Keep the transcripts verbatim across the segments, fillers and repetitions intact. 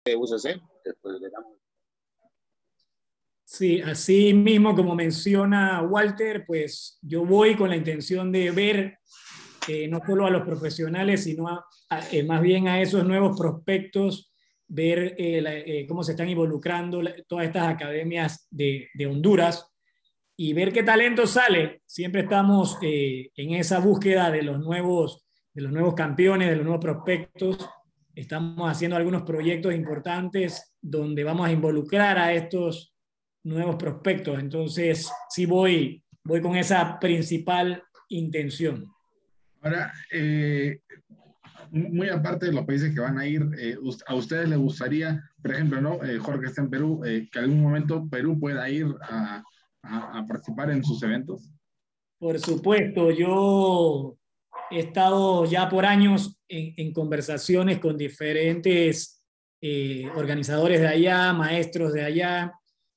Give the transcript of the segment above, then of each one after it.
de U C C. Después le damos. Sí, así mismo como menciona Walter, pues yo voy con la intención de ver eh, no solo a los profesionales, sino a, a, eh, más bien a esos nuevos prospectos, ver eh, la, eh, cómo se están involucrando la, todas estas academias de, de Honduras y ver qué talento sale. Siempre estamos eh, en esa búsqueda de los, nuevos, de los nuevos campeones, de los nuevos prospectos. Estamos haciendo algunos proyectos importantes donde vamos a involucrar a estos nuevos prospectos. Entonces, sí voy, voy con esa principal intención. Ahora, eh, muy aparte de los países que van a ir, eh, ¿a ustedes les gustaría, por ejemplo, ¿no? Eh, Jorge está en Perú, eh, que algún momento Perú pueda ir a, a, a participar en sus eventos? Por supuesto, yo he estado ya por años en, en conversaciones con diferentes eh, organizadores de allá, maestros de allá,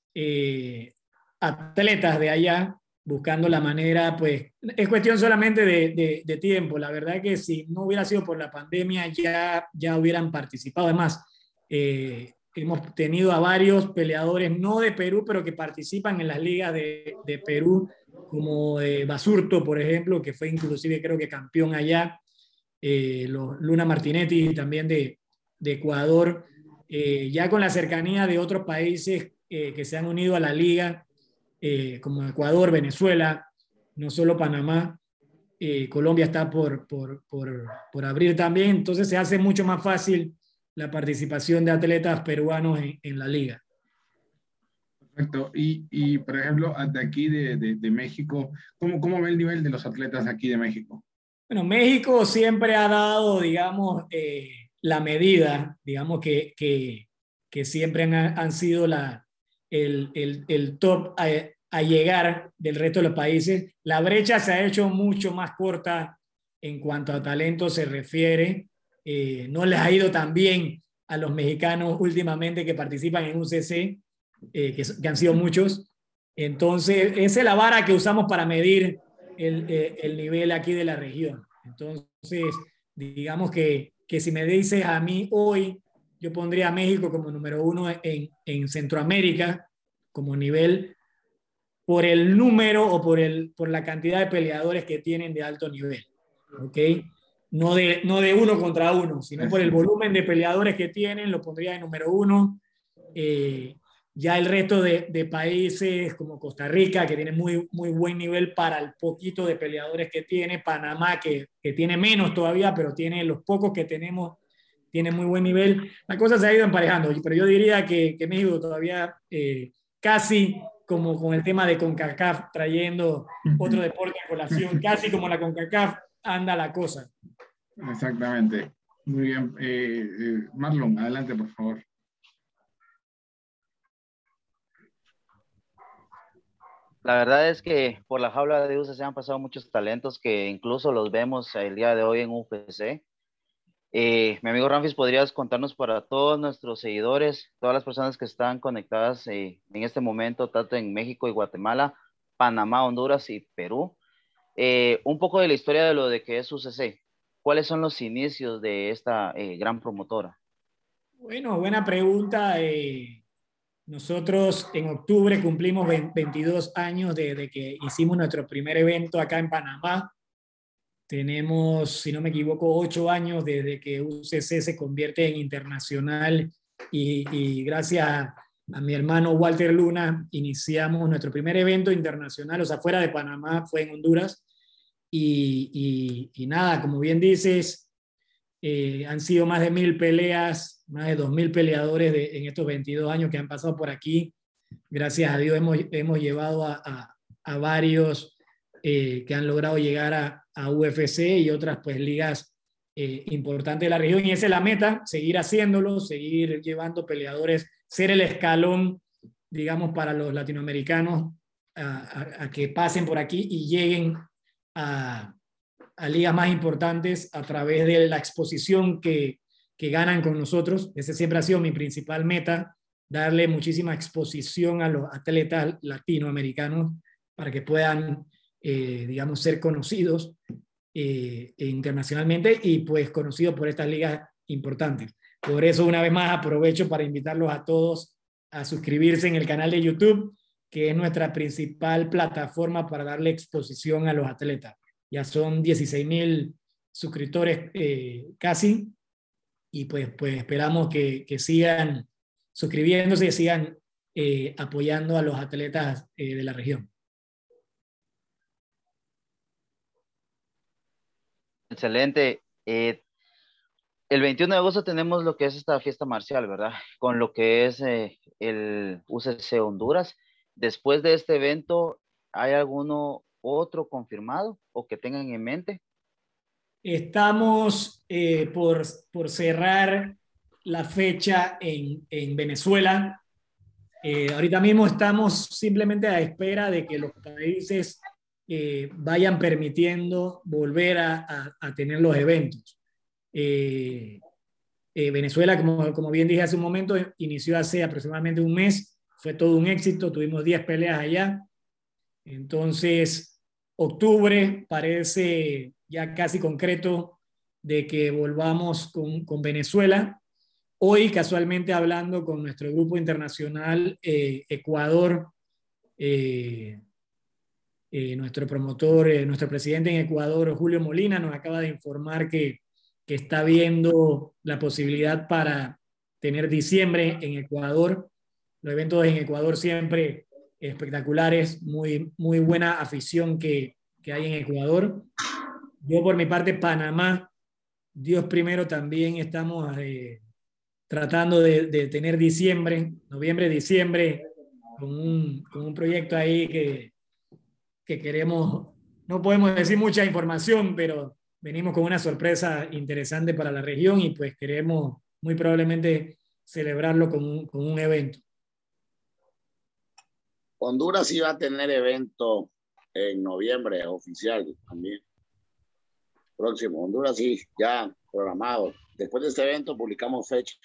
eh, atletas de allá, buscando la manera, pues es cuestión solamente de, de, de tiempo. La verdad que si no hubiera sido por la pandemia ya, ya hubieran participado. Además, eh, hemos tenido a varios peleadores, no de Perú, pero que participan en las ligas de, de Perú, como eh, Basurto, por ejemplo, que fue inclusive creo que campeón allá, eh, los Luna Martinetti también de, de Ecuador, eh, ya con la cercanía de otros países eh, que se han unido a la liga, eh, como Ecuador, Venezuela, no solo Panamá, eh, Colombia está por, por, por, por abrir también, entonces se hace mucho más fácil la participación de atletas peruanos en, en la liga. Perfecto. Y, y, por ejemplo, de aquí de, de, de México, ¿cómo, ¿cómo ve el nivel de los atletas aquí de México? Bueno, México siempre ha dado, digamos, eh, la medida, digamos, que, que, que siempre han, han sido la, el, el, el top a, a llegar del resto de los países. La brecha se ha hecho mucho más corta en cuanto a talento se refiere. Eh, no les ha ido tan bien a los mexicanos últimamente que participan en U C C, eh, que, que han sido muchos. Entonces, esa es la vara que usamos para medir el, eh, el nivel aquí de la región. Entonces, digamos que, que si me dices a mí hoy, yo pondría a México como número uno en, en Centroamérica, como nivel, por el número o por, el, por la cantidad de peleadores que tienen de alto nivel. ¿Ok? No de, no de uno contra uno, sino por el volumen de peleadores que tienen, lo pondría de número uno. Eh, ya el resto de, de países como Costa Rica, que tiene muy, muy buen nivel para el poquito de peleadores que tiene, Panamá, que, que tiene menos todavía, pero tiene los pocos que tenemos, tiene muy buen nivel. La cosa se ha ido emparejando, pero yo diría que, que México todavía eh, casi como con el tema de CONCACAF, trayendo otro deporte a colación, casi como la CONCACAF anda la cosa. Exactamente. Muy bien. Eh, eh, Marlon, adelante, por favor. La verdad es que por la jaula de U C C han pasado muchos talentos que incluso los vemos el día de hoy en U F C. Eh, mi amigo Ramfis, ¿podrías contarnos para todos nuestros seguidores, todas las personas que están conectadas eh, en este momento, tanto en México y Guatemala, Panamá, Honduras y Perú, eh, un poco de la historia de lo de que es U C C? ¿Cuáles son los inicios de esta eh, gran promotora? Bueno, buena pregunta. Eh, Nosotros en octubre cumplimos veintidós años desde que hicimos nuestro primer evento acá en Panamá. Tenemos, si no me equivoco, ocho años desde que U C C se convierte en internacional y, y gracias a, a mi hermano Walter Luna iniciamos nuestro primer evento internacional, o sea, fuera de Panamá, fue en Honduras. Y, y, y nada, como bien dices, eh, han sido más de mil peleas, más de dos mil peleadores de, en estos veintidós años que han pasado por aquí. Gracias a Dios hemos, hemos llevado a, a, a varios eh, que han logrado llegar a, a U F C y otras pues ligas eh, importantes de la región. Y esa es la meta, seguir haciéndolo, seguir llevando peleadores, ser el escalón, digamos, para los latinoamericanos a, a, a que pasen por aquí y lleguen a a ligas más importantes a través de la exposición que, que ganan con nosotros. Ese siempre ha sido mi principal meta, darle muchísima exposición a los atletas latinoamericanos para que puedan, eh, digamos, ser conocidos eh, internacionalmente y pues conocidos por estas ligas importantes. Por eso, una vez más, aprovecho para invitarlos a todos a suscribirse en el canal de YouTube, que es nuestra principal plataforma para darle exposición a los atletas. Ya son dieciséis mil suscriptores eh, casi, y pues, pues esperamos que, que sigan suscribiéndose y sigan eh, apoyando a los atletas eh, de la región. Excelente. Eh, el veintiuno de agosto tenemos lo que es esta fiesta marcial, ¿verdad? Con lo que es eh, el U C C Honduras. Después de este evento, ¿hay alguno otro confirmado o que tengan en mente? Estamos eh, por, por cerrar la fecha en, en Venezuela. Eh, ahorita mismo estamos simplemente a espera de que los países eh, vayan permitiendo volver a, a, a tener los eventos. Eh, eh, Venezuela, como, como bien dije hace un momento, inició hace aproximadamente un mes, fue todo un éxito, tuvimos diez peleas allá. Entonces, octubre parece ya casi concreto de que volvamos con, con Venezuela. Hoy, casualmente hablando con nuestro grupo internacional, eh, Ecuador, eh, eh, nuestro promotor, eh, nuestro presidente en Ecuador, Julio Molina, nos acaba de informar que, que está viendo la posibilidad para tener diciembre en Ecuador. Los eventos en Ecuador siempre espectaculares, muy, muy buena afición que, que hay en Ecuador. Yo por mi parte, Panamá, Dios primero, también estamos eh, tratando de, de tener diciembre, noviembre, diciembre, con un, con un proyecto ahí que, que queremos, no podemos decir mucha información, pero venimos con una sorpresa interesante para la región y pues queremos muy probablemente celebrarlo con un, con un evento. Honduras iba a tener evento en noviembre oficial también. Próximo. Honduras sí, ya programado. Después de este evento publicamos fecha.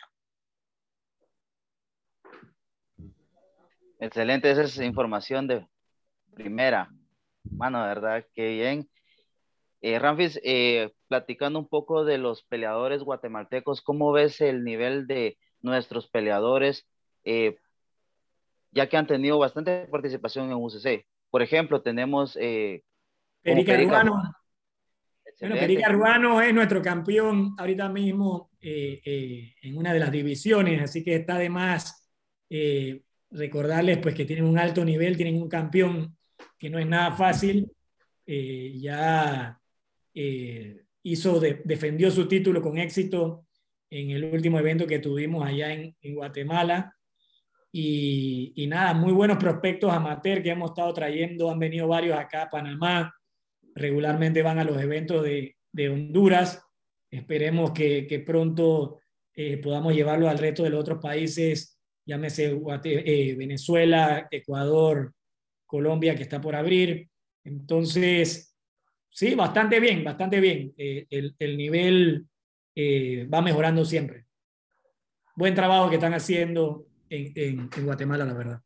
Excelente, esa es información de primera. Mano, verdad, qué bien. Eh, Ramfis, eh, platicando un poco de los peleadores guatemaltecos, ¿cómo ves el nivel de nuestros peleadores? Eh, ya que han tenido bastante participación en U C C. Por ejemplo, tenemos eh, como Perica Perica. Ruano. Bueno, Perica Ruano es nuestro campeón ahorita mismo eh, eh, en una de las divisiones, así que está de más eh, recordarles pues, que tienen un alto nivel, tienen un campeón que no es nada fácil. Eh, ya eh, hizo de, defendió su título con éxito en el último evento que tuvimos allá en, en Guatemala. Y, y nada, muy buenos prospectos amateur que hemos estado trayendo, han venido varios acá a Panamá, regularmente van a los eventos de, de Honduras. Esperemos que, que pronto eh, podamos llevarlo al resto de los otros países, llámese Guate, eh, Venezuela, Ecuador, Colombia, que está por abrir. Entonces, sí, bastante bien, bastante bien. Eh, el, el nivel eh, va mejorando siempre. Buen trabajo que están haciendo en, en, en Guatemala, la verdad.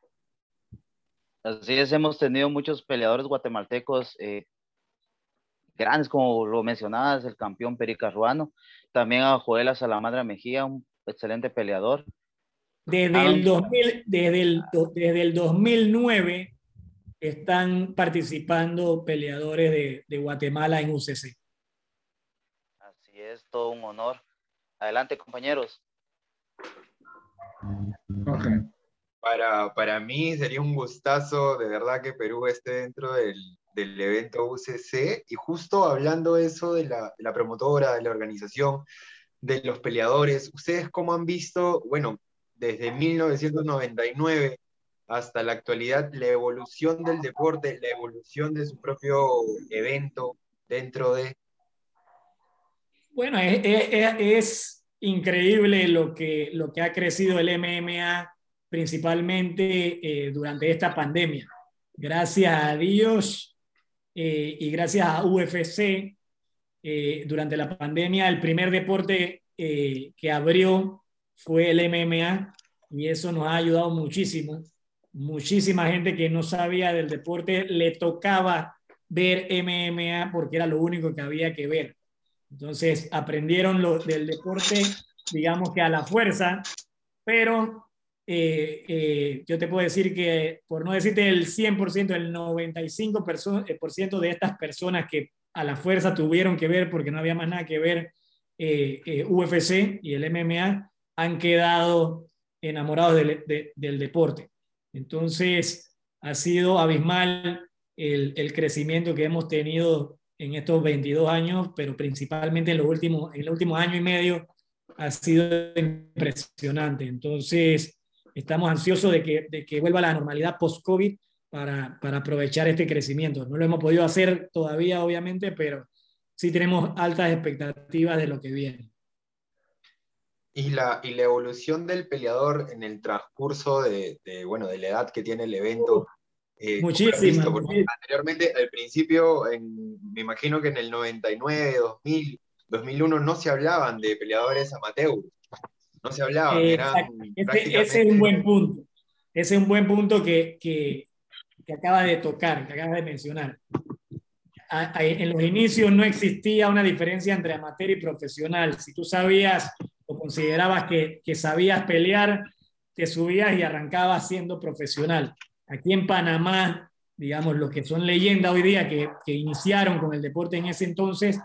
Así es, hemos tenido muchos peleadores guatemaltecos eh, grandes, como lo mencionabas, el campeón Perica Ruano, también a Joel Salamandra Mejía, un excelente peleador. Desde, ah, el, dos mil, desde, el, desde el dos mil nueve están participando peleadores de, de Guatemala en U C C. Así es, todo un honor. Adelante, compañeros. Okay. Para, para mí sería un gustazo, de verdad, que Perú esté dentro del, del evento U C C, y justo hablando eso de la, de la promotora, de la organización, de los peleadores, ¿ustedes cómo han visto, bueno, desde mil novecientos noventa y nueve hasta la actualidad, la evolución del deporte, la evolución de su propio evento dentro de... Bueno, es, es, es increíble lo que, lo que ha crecido el M M A, principalmente eh, durante esta pandemia. Gracias a Dios eh, y gracias a U F C, eh, durante la pandemia el primer deporte eh, que abrió fue el M M A, y eso nos ha ayudado muchísimo. Muchísima gente que no sabía del deporte le tocaba ver M M A porque era lo único que había que ver. Entonces aprendieron lo del deporte digamos que a la fuerza, pero eh, eh, yo te puedo decir que, por no decirte el cien por ciento, el noventa y cinco por ciento de estas personas que a la fuerza tuvieron que ver, porque no había más nada que ver, eh, eh, U F C y el M M A, han quedado enamorados del, de, del deporte. Entonces, ha sido abismal el, el crecimiento que hemos tenido en estos veintidós años, pero principalmente en, los últimos, en el último año y medio ha sido impresionante. Entonces, estamos ansiosos de que, de que vuelva la normalidad post-COVID para, para aprovechar este crecimiento. No lo hemos podido hacer todavía, obviamente, pero sí tenemos altas expectativas de lo que viene. Y la, y la evolución del peleador en el transcurso de, de, bueno, de la edad que tiene el evento. Eh, Muchísimas. Porque anteriormente, al principio, en, me imagino que en el noventa y nueve, dos mil, dos mil uno no se hablaban de peleadores amateurs. No se hablaban, Eh, eran ese, prácticamente... ese es un buen punto. Ese es un buen punto que, que, que acaba de tocar, que acabas de mencionar. A, a, en los inicios no existía una diferencia entre amateur y profesional. Si tú sabías o considerabas que, que sabías pelear, te subías y arrancabas siendo profesional. Aquí en Panamá, digamos, los que son leyendas hoy día, que, que iniciaron con el deporte en ese entonces,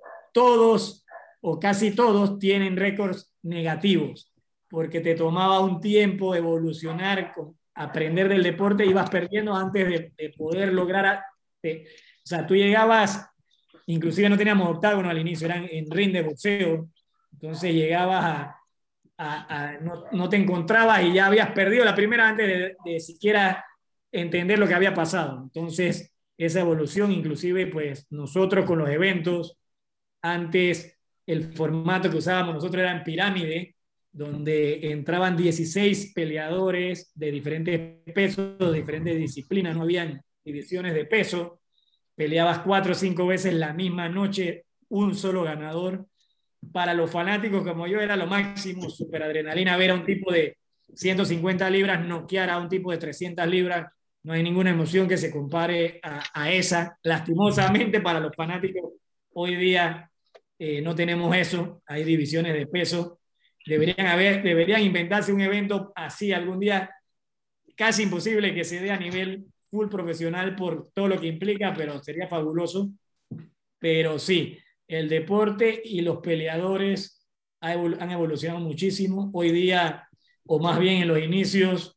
todos o casi todos tienen récords negativos, porque te tomaba un tiempo evolucionar, aprender del deporte, ibas perdiendo antes de, de poder lograr... De, o sea, tú llegabas, inclusive no teníamos octágono al inicio, eran en ring de boxeo, entonces llegabas a... A, a, no, no te encontrabas y ya habías perdido la primera antes de, de siquiera entender lo que había pasado. Entonces, esa evolución, inclusive, pues nosotros con los eventos, antes el formato que usábamos nosotros era en pirámide, donde entraban dieciséis peleadores de diferentes pesos, de diferentes disciplinas, no habían divisiones de peso, peleabas cuatro o cinco veces la misma noche, un solo ganador. Para los fanáticos como yo era lo máximo, super adrenalina, ver a un tipo de ciento cincuenta libras noquear a un tipo de trescientas libras, no hay ninguna emoción que se compare a, a esa. Lastimosamente para los fanáticos hoy día eh, no tenemos eso, hay divisiones de peso, deberían, haber, deberían inventarse un evento así algún día, casi imposible que se dé a nivel full profesional por todo lo que implica, pero sería fabuloso. Pero sí, el deporte y los peleadores han evolucionado muchísimo. Hoy día, o más bien en los inicios,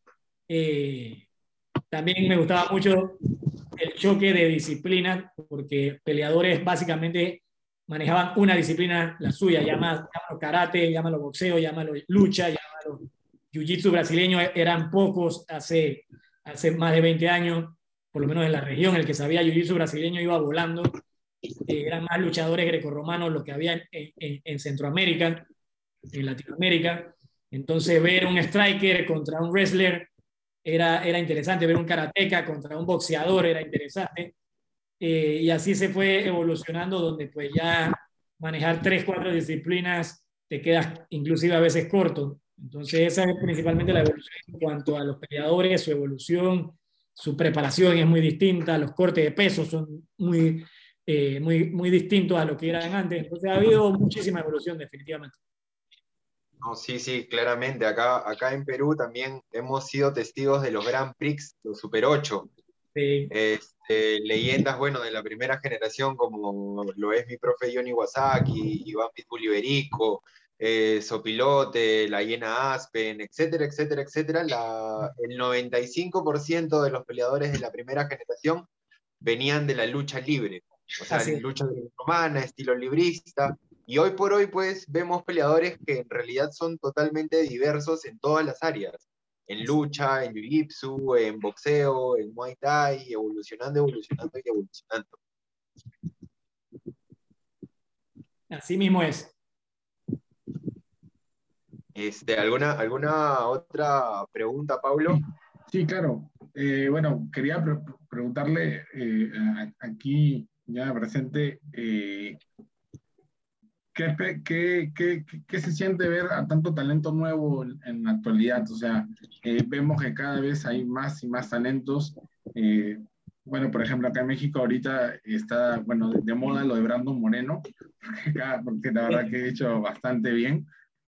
eh, también me gustaba mucho el choque de disciplinas, porque peleadores básicamente manejaban una disciplina, la suya, llámalo karate, llámalo boxeo, llámalo lucha, llámalo jiu-jitsu brasileño, eran pocos hace, hace más de veinte años, por lo menos en la región, el que sabía jiu-jitsu brasileño iba volando. Eh, eran más luchadores grecorromanos lo que había en, en, en Centroamérica, en Latinoamérica. Entonces ver un striker contra un wrestler era, era interesante, ver un karateca contra un boxeador era interesante. Eh, y así se fue evolucionando, donde pues ya manejar tres, cuatro disciplinas te quedas inclusive a veces corto. Entonces esa es principalmente la evolución en cuanto a los peleadores, su evolución, su preparación es muy distinta, los cortes de peso son muy... Eh, muy, muy distintos a lo que eran antes. Entonces ha habido muchísima evolución, definitivamente. No, sí, sí, claramente. Acá, acá en Perú también hemos sido testigos de los Grand Prix, los Super ocho. Sí. Este, leyendas, bueno, de la primera generación, como lo es mi profe Johnny Iwasaki, Iván Pitbull Iberico, eh, Sopilote, la Hiena Aspen, etcétera, etcétera, etcétera. La, el noventa y cinco por ciento de los peleadores de la primera generación venían de la lucha libre. O sea, Así. lucha romana, estilo librista, y hoy por hoy pues vemos peleadores que en realidad son totalmente diversos en todas las áreas, en lucha, en jiu-jitsu, en boxeo, en muay thai, evolucionando, evolucionando y evolucionando. Así mismo es. Este, ¿alguna, ¿Alguna otra pregunta, Pablo? Sí, claro. Eh, bueno, quería pre preguntarle eh, aquí ya presente, eh, ¿qué, qué, qué, ¿qué se siente ver a tanto talento nuevo en, en la actualidad? O sea, eh, vemos que cada vez hay más y más talentos. Eh, bueno, por ejemplo, acá en México ahorita está, bueno, de, de moda lo de Brandon Moreno, porque, porque la verdad que he hecho bastante bien.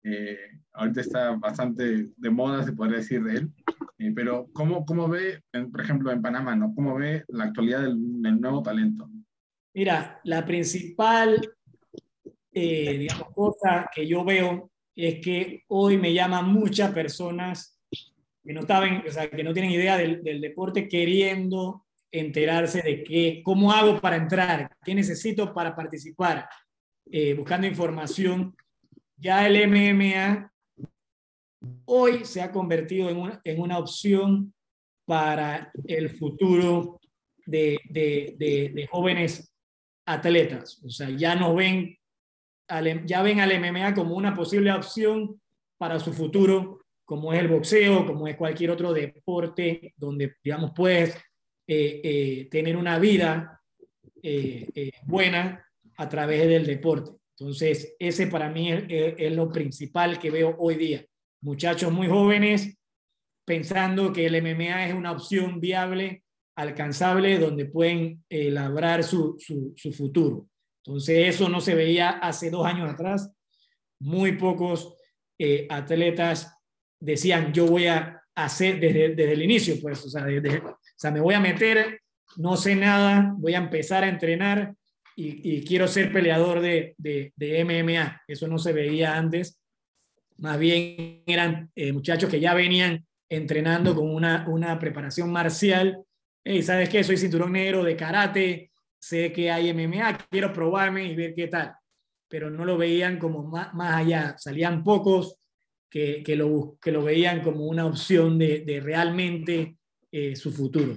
Eh, ahorita está bastante de moda, se podría decir, de él. Eh, pero, ¿cómo, cómo ve, en, por ejemplo, en Panamá, ¿no? ¿Cómo ve la actualidad del, del nuevo talento? Mira, la principal, eh, digamos, cosa que yo veo es que hoy me llaman muchas personas que no saben, o sea, que no tienen idea del, del deporte, queriendo enterarse de qué, cómo hago para entrar, qué necesito para participar, eh, buscando información. Ya el M M A hoy se ha convertido en una, en una opción para el futuro de, de, de, de jóvenes atletas. O sea, ya no ven al, ya ven al M M A como una posible opción para su futuro, como es el boxeo, como es cualquier otro deporte donde, digamos, puedes eh, eh, tener una vida eh, eh, buena a través del deporte. Entonces, ese para mí es, es, es lo principal que veo hoy día. Muchachos muy jóvenes pensando que el M M A es una opción viable, alcanzable, donde pueden eh, labrar su, su, su futuro. Entonces, eso no se veía hace dos años atrás. Muy pocos eh, atletas decían, yo voy a hacer desde, desde el inicio, pues, o sea, desde, o sea, me voy a meter, no sé nada, voy a empezar a entrenar y, y quiero ser peleador de, de, de M M A. Eso no se veía antes. Más bien eran eh, muchachos que ya venían entrenando con una, una preparación marcial. Hey, ¿sabes qué? Soy cinturón negro de karate, sé que hay M M A, quiero probarme y ver qué tal. Pero no lo veían como más, más allá. Salían pocos que, que, lo, que lo veían como una opción de, de realmente eh, su futuro.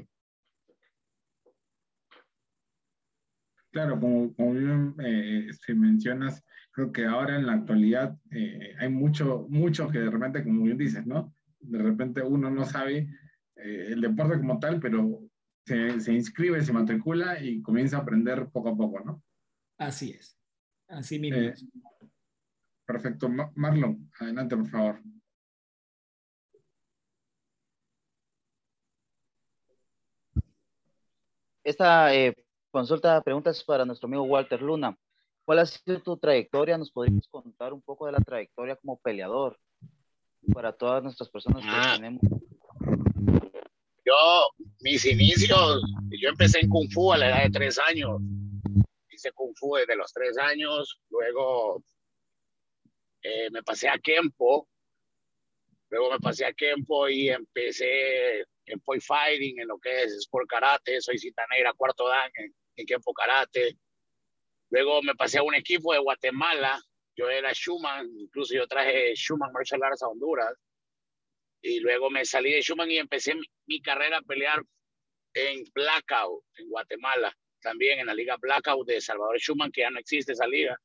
Claro, como, como bien eh, si mencionas, creo que ahora en la actualidad eh, hay mucho, mucho que de repente, como bien dices, ¿no? De repente uno no sabe eh, el deporte como tal, pero se, se inscribe, se matricula y comienza a aprender poco a poco, ¿no? Así es, así mismo Eh, es. perfecto. Ma- Marlon, adelante, por favor. Esta eh, consulta de preguntas para nuestro amigo Walter Luna. ¿Cuál ha sido tu trayectoria? ¿Nos podrías contar un poco de la trayectoria como peleador para todas nuestras personas que Ah, tenemos? yo, mis inicios, yo empecé en Kung Fu a la edad de tres años. Hice Kung Fu desde los tres años. Luego eh, me pasé a Kempo. Luego me pasé a Kempo y empecé en Poi Fighting, en lo que es Sport Karate. Soy cinta negra cuarto dan en, en Kempo Karate. Luego me pasé a un equipo de Guatemala. Yo era Schumann, incluso yo traje Schumann Martial Arts a Honduras. Y luego me salí de Schumann y empecé mi, mi carrera a pelear en Blackout, en Guatemala. También en la liga Blackout de Salvador Schumann, que ya no existe esa liga.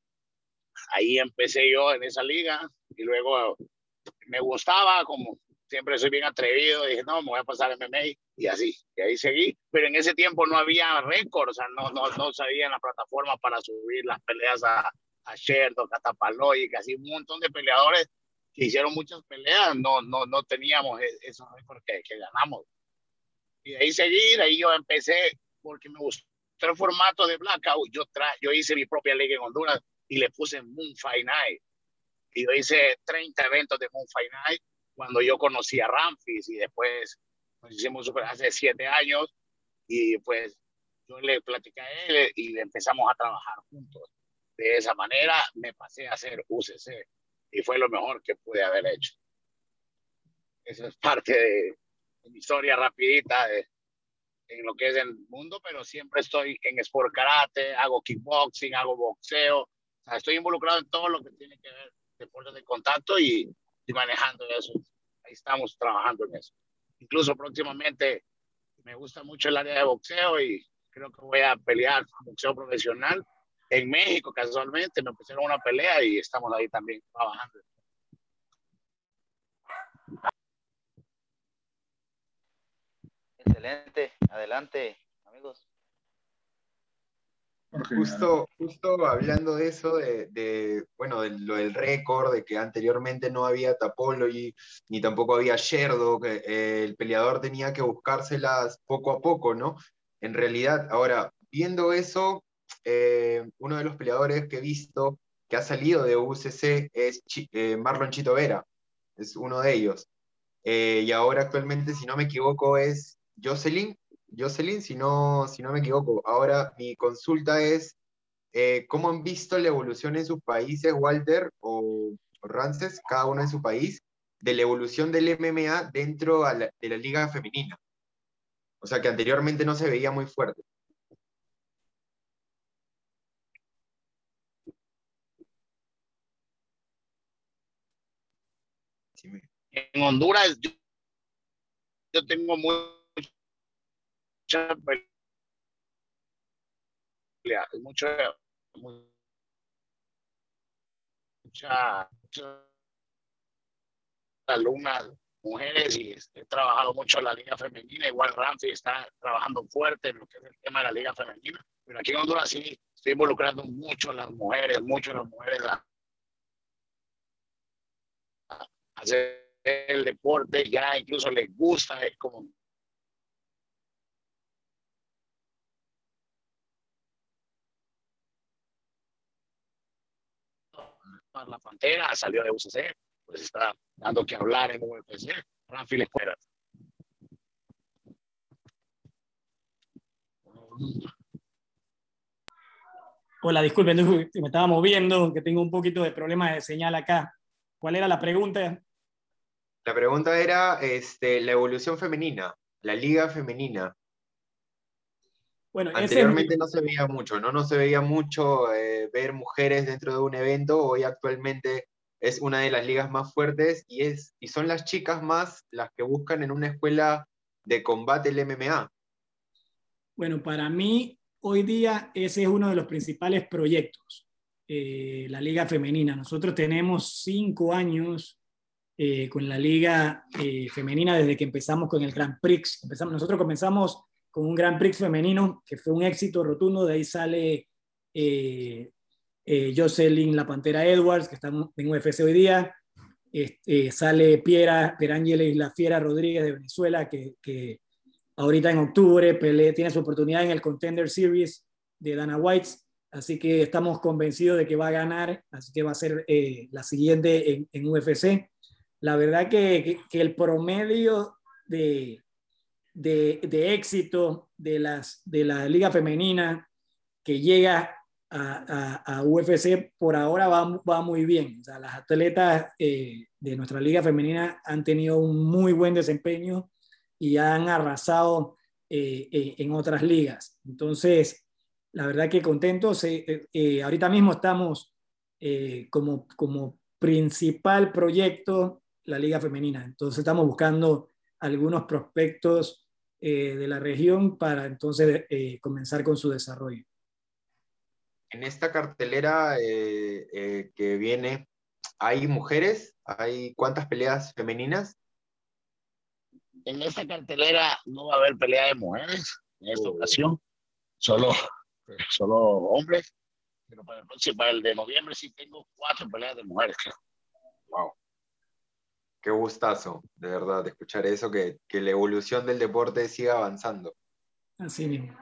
Ahí empecé yo en esa liga y luego me gustaba, como siempre soy bien atrevido, dije, no, me voy a pasar a M M A y así, y ahí seguí. Pero en ese tiempo no había récord, o sea, no, no, no sabía en la plataforma para subir las peleas a, a Sherdog, a Tapaloy, casi un montón de peleadores que hicieron muchas peleas, no, no, no teníamos esos récords que, que ganamos. Y de ahí seguir, ahí yo empecé, porque me gustó el formato de Blackout, yo, tra yo hice mi propia liga en Honduras y le puse Moon Fight Night. Y yo hice treinta eventos de Moon Fight Night cuando yo conocí a Ramfis y después nos hicimos super, hace siete años y pues yo le platicé a él y empezamos a trabajar juntos. De esa manera me pasé a hacer U C C y fue lo mejor que pude haber hecho. Esa es parte de, de mi historia rapidita de, en lo que es el mundo, pero siempre estoy en Sport Karate, hago kickboxing, hago boxeo, o sea, estoy involucrado en todo lo que tiene que ver deportes de contacto y, y manejando eso. Ahí estamos trabajando en eso. Incluso próximamente me gusta mucho el área de boxeo y creo que voy a pelear boxeo profesional en México. Casualmente me pusieron una pelea y estamos ahí también trabajando. Excelente, adelante, amigos. Jorge, Justo, justo hablando de eso, de, de, bueno, de lo del récord, de que anteriormente no había Tapology, ni tampoco había Sherdog, que eh, el peleador tenía que buscárselas poco a poco, ¿no? En realidad, ahora, viendo eso, eh, uno de los peleadores que he visto que ha salido de U C C es Chi- eh, Marlon Chito Vera, es uno de ellos. Eh, y ahora actualmente, si no me equivoco, es Jocelyn, Jocelyn, si no, si no me equivoco. Ahora mi consulta es, eh, ¿cómo han visto la evolución en sus países, Walter o, o Rances, cada uno en su país, de la evolución del M M A dentro a la- de la liga femenina? O sea, que anteriormente no se veía muy fuerte. Sí, me- En Honduras yo, yo tengo mucha pelea, mucha, mucha, muchas alumnas mujeres y he trabajado mucho en la liga femenina. Igual Ramsey está trabajando fuerte en lo que es el tema de la liga femenina. Pero aquí en Honduras sí estoy involucrando mucho a las mujeres, mucho a las mujeres a, a hacer el deporte. Ya incluso les gusta, es como la Pantera salió de U C C, pues está dando que hablar en U F C. Rafi les cuera. Hola, disculpen, me estaba moviendo, que tengo un poquito de problema de señal acá. ¿Cuál era la pregunta? La pregunta era este, la evolución femenina, la liga femenina. Bueno, ese es mi, Anteriormente no se veía mucho, ¿no? No se veía mucho eh, ver mujeres dentro de un evento. Hoy actualmente es una de las ligas más fuertes y, es, y son las chicas más las que buscan en una escuela de combate el M M A. bueno, para mí hoy día ese es uno de los principales proyectos, eh, la Liga Femenina. Nosotros tenemos cinco años eh, con la Liga eh, Femenina desde que empezamos con el Grand Prix. Empezamos, nosotros comenzamos con un Grand Prix femenino que fue un éxito rotundo. De ahí sale eh, eh, Jocelyn La Pantera Edwards, que está en U F C hoy día. Este, sale Piera, Pierangeli La Fiera Rodríguez de Venezuela, que, que ahorita en octubre pelea, tiene su oportunidad en el Contender Series de Dana White. Así que estamos convencidos de que va a ganar, así que va a ser eh, la siguiente en, en U F C. La verdad que, que, que el promedio de, de, de éxito de, las, de la liga femenina que llega a, a, a U F C por ahora va, va muy bien. O sea, las atletas eh, de nuestra liga femenina han tenido un muy buen desempeño y han arrasado eh, eh, en otras ligas. Entonces, la verdad que contentos. Eh, eh, ahorita mismo estamos eh, como, como principal proyecto la liga femenina. Entonces estamos buscando algunos prospectos eh, de la región para entonces eh, comenzar con su desarrollo. En esta cartelera eh, eh, que viene, ¿hay mujeres? ¿Hay cuántas peleas femeninas? En esta cartelera no va a haber pelea de mujeres en esta Oh. ocasión, solo, solo hombres. Pero para el próximo, para el de noviembre, sí tengo cuatro peleas de mujeres. Wow. Qué gustazo, de verdad, de escuchar eso, que, que la evolución del deporte siga avanzando. Así mismo.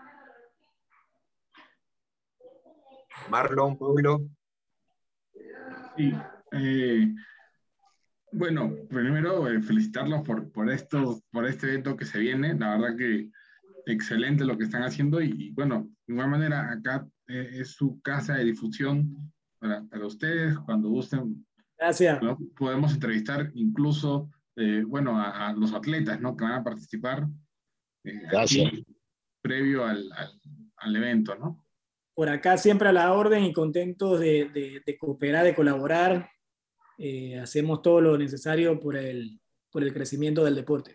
Marlon, Pablo. Sí. Eh, bueno, primero eh, felicitarlos por, por, estos, por este evento que se viene. La verdad que excelente lo que están haciendo y, y bueno, de igual manera acá eh, es su casa de difusión para, para ustedes. Cuando gusten, Gracias. ¿no? Podemos entrevistar incluso, eh, bueno, a, a los atletas, ¿no? Que van a participar eh, Gracias. aquí previo al, al, al evento, ¿no? Por acá siempre a la orden y contentos de, de, de cooperar, de colaborar. Eh, hacemos todo lo necesario por el, por el crecimiento del deporte.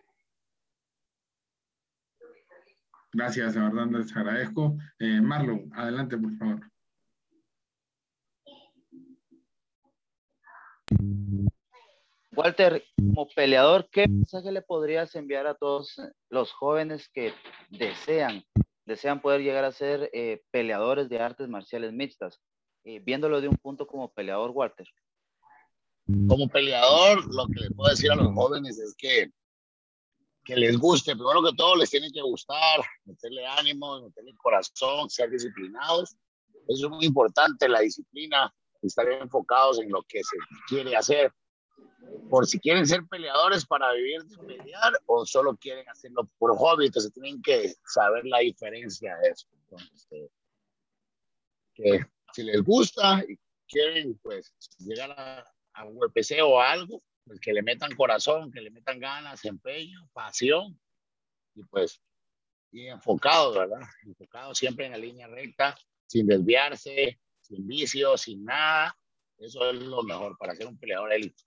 Gracias, la verdad les agradezco. Eh, Marlon, adelante, por favor. Walter, como peleador, ¿qué mensaje le podrías enviar a todos los jóvenes que desean, desean poder llegar a ser eh, peleadores de artes marciales mixtas? Eh, viéndolo de un punto como peleador, Walter. Como peleador, lo que les puedo decir a los jóvenes es que, que les guste. Primero que todo, les tiene que gustar, meterle ánimo, meterle corazón, ser disciplinados. Eso es muy importante, la disciplina. estar enfocados en lo que se quiere hacer, por si quieren ser peleadores para vivir de pelear o solo quieren hacerlo por hobby. Entonces tienen que saber la diferencia de eso. Entonces, eh, que si les gusta y quieren pues llegar a, a U F C o algo, pues que le metan corazón, que le metan ganas, empeño, pasión y pues y enfocados, ¿verdad? Enfocados siempre en la línea recta, sin desviarse, sin vicios, sin nada. Eso es lo mejor para ser un peleador élite.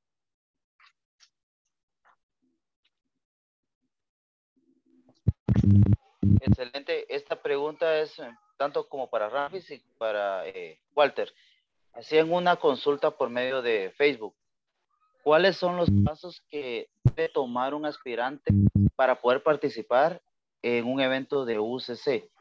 Excelente. Esta pregunta es eh, tanto como para Ramfis y para eh, Walter. Hacían una consulta por medio de Facebook. ¿Cuáles son los pasos que debe tomar un aspirante para poder participar en un evento de U F C?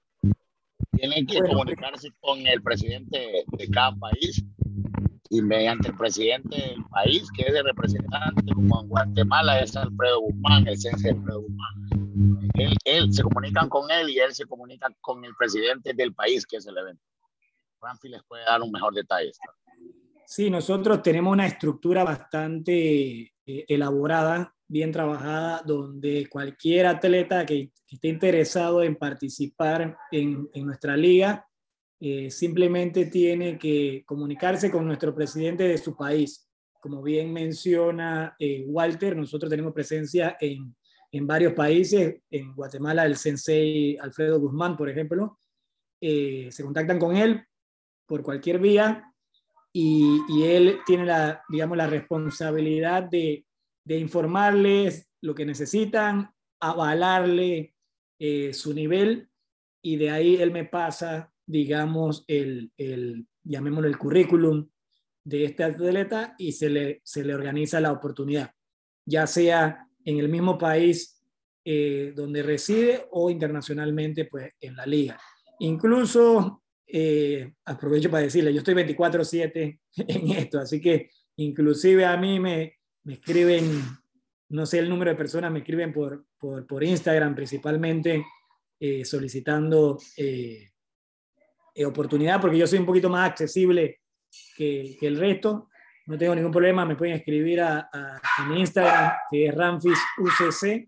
Tienen que comunicarse con el presidente de cada país y mediante el presidente del país, que es el representante, como en Guatemala es Alfredo Guzmán, el sensei Alfredo Guzmán. Él, él, se comunican con él y él se comunica con el presidente del país, que es el evento. Ramfi les puede dar un mejor detalle. Sí, nosotros tenemos una estructura bastante eh, elaborada, bien trabajada, donde cualquier atleta que, que esté interesado en participar en, en nuestra liga, eh, simplemente tiene que comunicarse con nuestro presidente de su país. Como bien menciona eh, Walter, nosotros tenemos presencia en, en varios países, en Guatemala el sensei Alfredo Guzmán, por ejemplo, eh, se contactan con él por cualquier vía. Y, y él tiene la, digamos, la responsabilidad de, de informarles lo que necesitan, avalarle eh, su nivel, y de ahí él me pasa, digamos, el, el, llamémoslo el currículum de este atleta y se le, se le organiza la oportunidad, ya sea en el mismo país eh, donde reside o internacionalmente pues, en la liga. Incluso Eh, aprovecho para decirle, yo estoy veinticuatro siete en esto, así que inclusive a mí me, me escriben, no sé el número de personas, me escriben por, por, por Instagram principalmente eh, solicitando eh, eh, oportunidad, porque yo soy un poquito más accesible que, que el resto. No tengo ningún problema, me pueden escribir a, a, a mi Instagram, que es Ramfis U C C.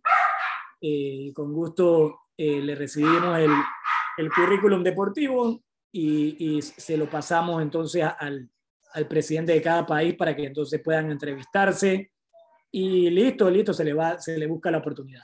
Eh, con gusto eh, le recibimos el, el currículum deportivo y, y se lo pasamos entonces al, al presidente de cada país para que entonces puedan entrevistarse y listo, listo, se le, va, se le busca la oportunidad.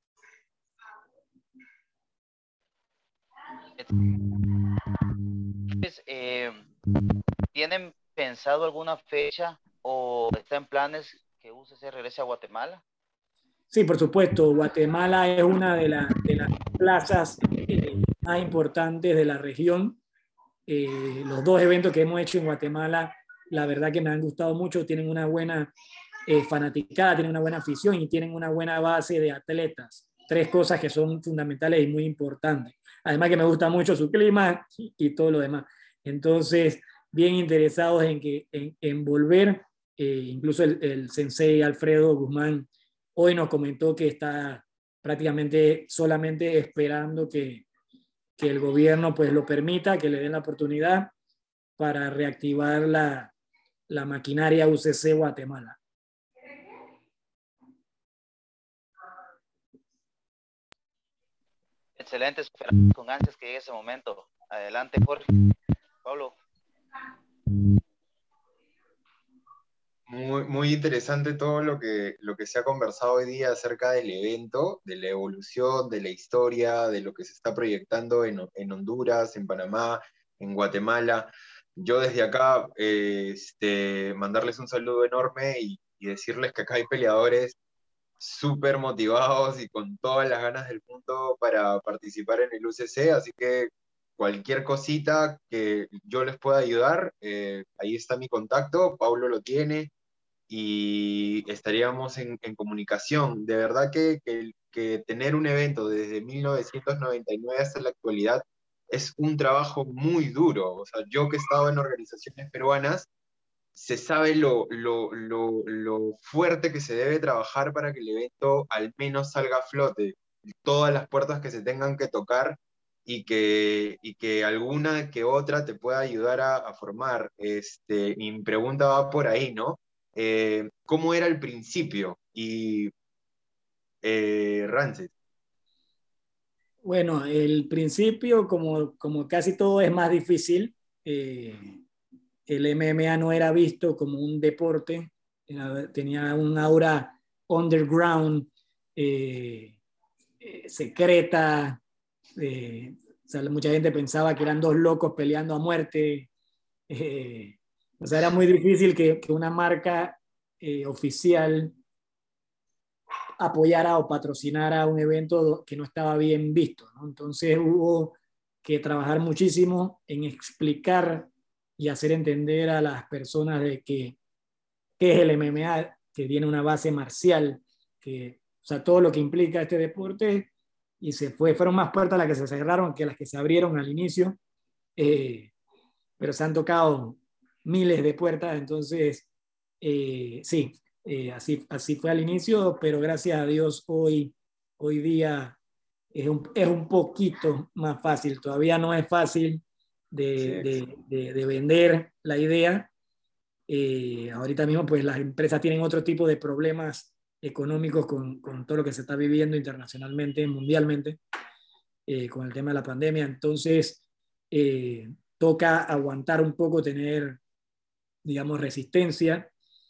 Entonces, eh, ¿tienen pensado alguna fecha o está en planes que U F C regrese a Guatemala? Sí, por supuesto. Guatemala es una de, la, de las plazas eh, más importantes de la región. Eh, los dos eventos que hemos hecho en Guatemala, la verdad que me han gustado mucho, tienen una buena eh, fanaticada, tienen una buena afición y tienen una buena base de atletas. Tres cosas que son fundamentales y muy importantes. Además que me gusta mucho su clima y, y todo lo demás. Entonces, bien interesados en, que, en, en volver. Eh, incluso el, el sensei Alfredo Guzmán hoy nos comentó que está prácticamente solamente esperando que que el gobierno pues lo permita, que le den la oportunidad para reactivar la, la maquinaria U C C Guatemala. Excelente, esperamos con ansias que llegue ese momento. Adelante, Jorge. Pablo. Muy, muy interesante todo lo que, lo que se ha conversado hoy día acerca del evento, de la evolución, de la historia, de lo que se está proyectando en, en Honduras, en Panamá, en Guatemala. Yo desde acá, eh, este, mandarles un saludo enorme y, y decirles que acá hay peleadores súper motivados y con todas las ganas del mundo para participar en el U F C, así que cualquier cosita que yo les pueda ayudar, eh, ahí está mi contacto, Pablo lo tiene, y estaríamos en, en comunicación. De verdad que, que, que tener un evento desde mil novecientos noventa y nueve hasta la actualidad es un trabajo muy duro. O sea, yo que he estado en organizaciones peruanas, se sabe lo, lo, lo, lo fuerte que se debe trabajar para que el evento al menos salga a flote. Todas las puertas que se tengan que tocar y que, y que alguna que otra te pueda ayudar a, a formar. Este, y mi pregunta va por ahí, ¿no? Eh, ¿cómo era el principio? Y eh, Ramses. Bueno, el principio, como, como casi todo, es más difícil. Eh, el M M A no era visto como un deporte, era, tenía un aura underground, eh, eh, secreta. Eh, o sea, mucha gente pensaba que eran dos locos peleando a muerte. Eh, o sea, era muy difícil que, que una marca eh, oficial apoyara o patrocinara un evento que no estaba bien visto, ¿no? Entonces hubo que trabajar muchísimo en explicar y hacer entender a las personas de que, qué es el M M A, que tiene una base marcial, que, o sea, todo lo que implica este deporte, y se fue, fueron más puertas las que se cerraron que las que se abrieron al inicio, eh, pero se han tocado miles de puertas, entonces, eh, sí, eh, así, así fue al inicio, pero gracias a Dios hoy, hoy día es un, es un poquito más fácil. Todavía no es fácil de, Sí. de, de, de vender la idea. Eh, ahorita mismo, pues las empresas tienen otro tipo de problemas económicos con, con todo lo que se está viviendo internacionalmente, mundialmente, eh, con el tema de la pandemia. Entonces, eh, toca aguantar un poco, tener, digamos, resistencia,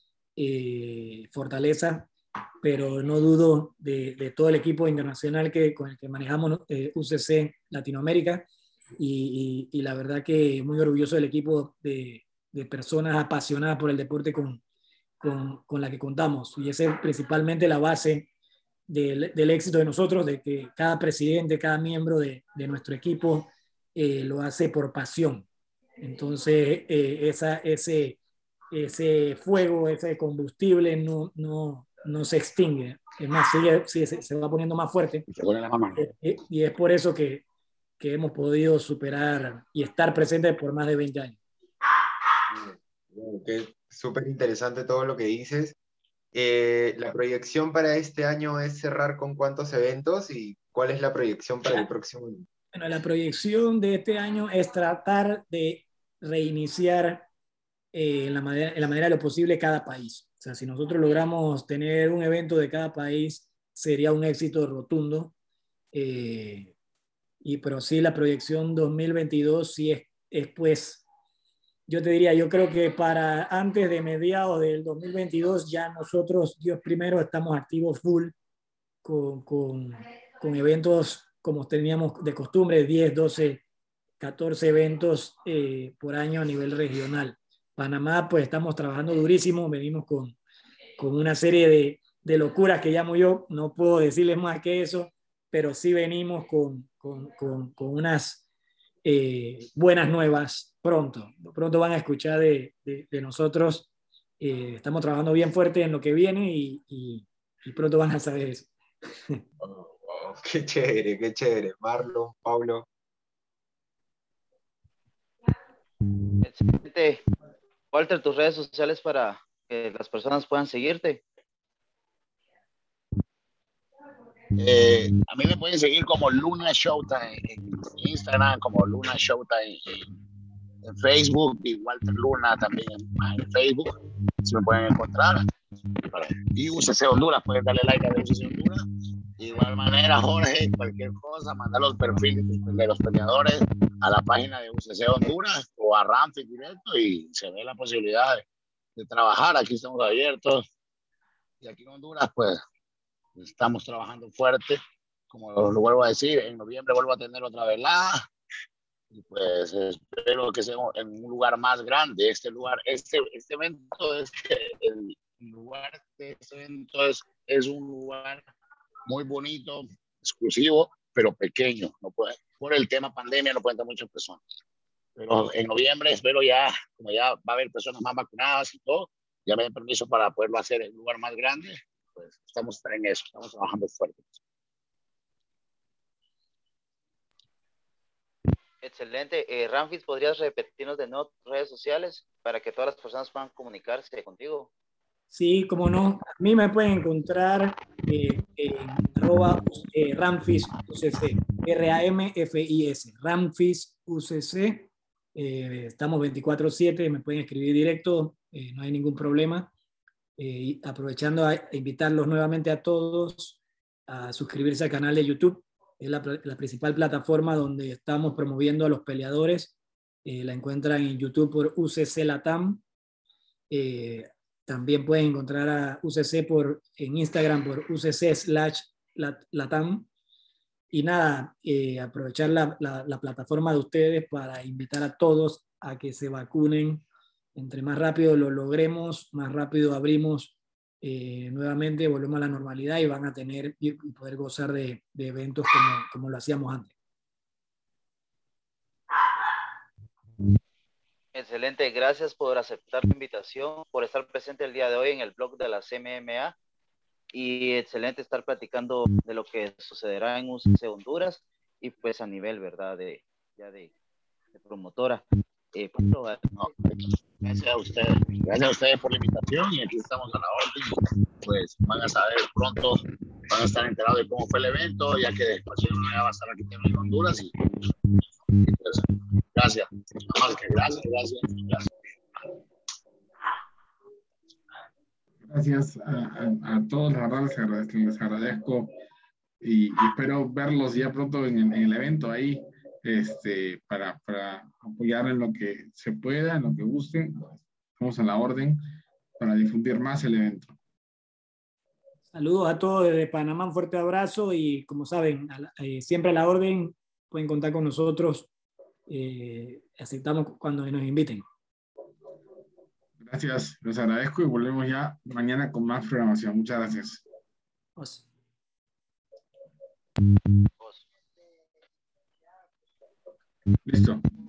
eh, fortaleza, pero no dudo de, de, todo el equipo internacional que, con el que manejamos eh, U C C Latinoamérica, y, y, y, la verdad que muy orgulloso del equipo de, de personas apasionadas por el deporte con, con, con la que contamos, y esa es principalmente la base del, del éxito de nosotros, de que cada presidente, cada miembro de, de nuestro equipo eh, lo hace por pasión. Entonces, eh, esa, ese, ese fuego, ese combustible no, no, no se extingue. Es más, sigue, sigue, se, se va poniendo más fuerte. Se pone la mamá. Eh, y es por eso que, que hemos podido superar y estar presentes por más de veinte años. Que súper interesante todo lo que dices. Eh, la proyección para este año es cerrar con cuántos eventos y cuál es la proyección para el próximo año. Bueno, la proyección de este año es tratar de reiniciar eh, en, la manera, en la manera de lo posible cada país. O sea, si nosotros logramos tener un evento de cada país, sería un éxito rotundo. Eh, y, pero sí, la proyección dos mil veintidós sí es, es, pues, yo te diría, yo creo que para antes de mediados del dos mil veintidós ya nosotros, Dios primero, estamos activos full con, con, con eventos como teníamos de costumbre, diez, doce, catorce eventos eh, por año a nivel regional. Panamá, pues estamos trabajando durísimo, venimos con, con una serie de, de locuras que llamo yo, no puedo decirles más que eso, pero sí venimos con, con, con, con unas eh, buenas nuevas pronto. Pronto van a escuchar de, de, de nosotros. Eh, estamos trabajando bien fuerte en lo que viene y, y, y pronto van a saber eso. Oh, oh, qué chévere, qué chévere. Marlon, Pablo. Excelente. Walter, tus redes sociales para que las personas puedan seguirte. Eh, a mí me pueden seguir como Luna Showtime en Instagram, como Luna Showtime en, en Facebook, y Walter Luna también en, en Facebook, si me pueden encontrar. Y U C C Honduras, pueden darle like a U C C Honduras. De igual manera, Jorge, cualquier cosa, manda los perfiles de los peleadores a la página de U C C Honduras o a Ramfis directo y se ve la posibilidad de, de trabajar. Aquí estamos abiertos. Y aquí en Honduras, pues, estamos trabajando fuerte. Como lo vuelvo a decir, en noviembre vuelvo a tener otra velada. Y pues espero que sea en un lugar más grande. Este lugar, este, este evento, este, el lugar de este evento es, es un lugar muy bonito, exclusivo, pero pequeño. No puede, por el tema pandemia no pueden estar muchas personas. Pero en noviembre espero ya, como ya va a haber personas más vacunadas y todo, ya me den permiso para poderlo hacer en un lugar más grande. Pues estamos en eso, estamos trabajando fuerte. Excelente. Eh, Ramfis, ¿podrías repetirnos de nuevo tus redes sociales para que todas las personas puedan comunicarse contigo? Sí, como no. A mí me pueden encontrar eh, en arroba eh, Ramfis U C C, R A M F I S, Ramfis U C C. Eh, estamos veinticuatro siete, me pueden escribir directo, eh, no hay ningún problema. Eh, aprovechando a invitarlos nuevamente a todos a suscribirse al canal de YouTube. Es la, la principal plataforma donde estamos promoviendo a los peleadores. Eh, la encuentran en YouTube por U C C Latam. Eh, también pueden encontrar a U C C por, en Instagram por U C C slash Latam. Y nada, eh, aprovechar la, la, la plataforma de ustedes para invitar a todos a que se vacunen. Entre más rápido lo logremos, más rápido abrimos eh, nuevamente, volvemos a la normalidad y van a tener y poder gozar de, de eventos como, como lo hacíamos antes. Excelente, gracias por aceptar la invitación, por estar presente el día de hoy en el blog de la C M M A y excelente estar platicando de lo que sucederá en U C C Honduras y pues a nivel, ¿verdad? De, ya de, de promotora. Eh, no, gracias a ustedes, gracias a ustedes por la invitación y aquí estamos a la orden. Pues van a saber pronto, van a estar enterados de cómo fue el evento, ya que después ya va a estar aquí también en Honduras. Y, y pues, gracias, nada más que gracias, gracias, gracias. Gracias a, a, a todos, la verdad les agradezco, les agradezco y, y espero verlos ya pronto en, en el evento ahí, este, para, para apoyar en lo que se pueda, en lo que gusten. Estamos a la orden para difundir más el evento. Saludos a todos desde Panamá, un fuerte abrazo y como saben, a la, eh, siempre a la orden, pueden contar con nosotros, eh, aceptamos cuando nos inviten. Gracias, les agradezco y volvemos ya mañana con más programación. Muchas gracias. Os. Listo.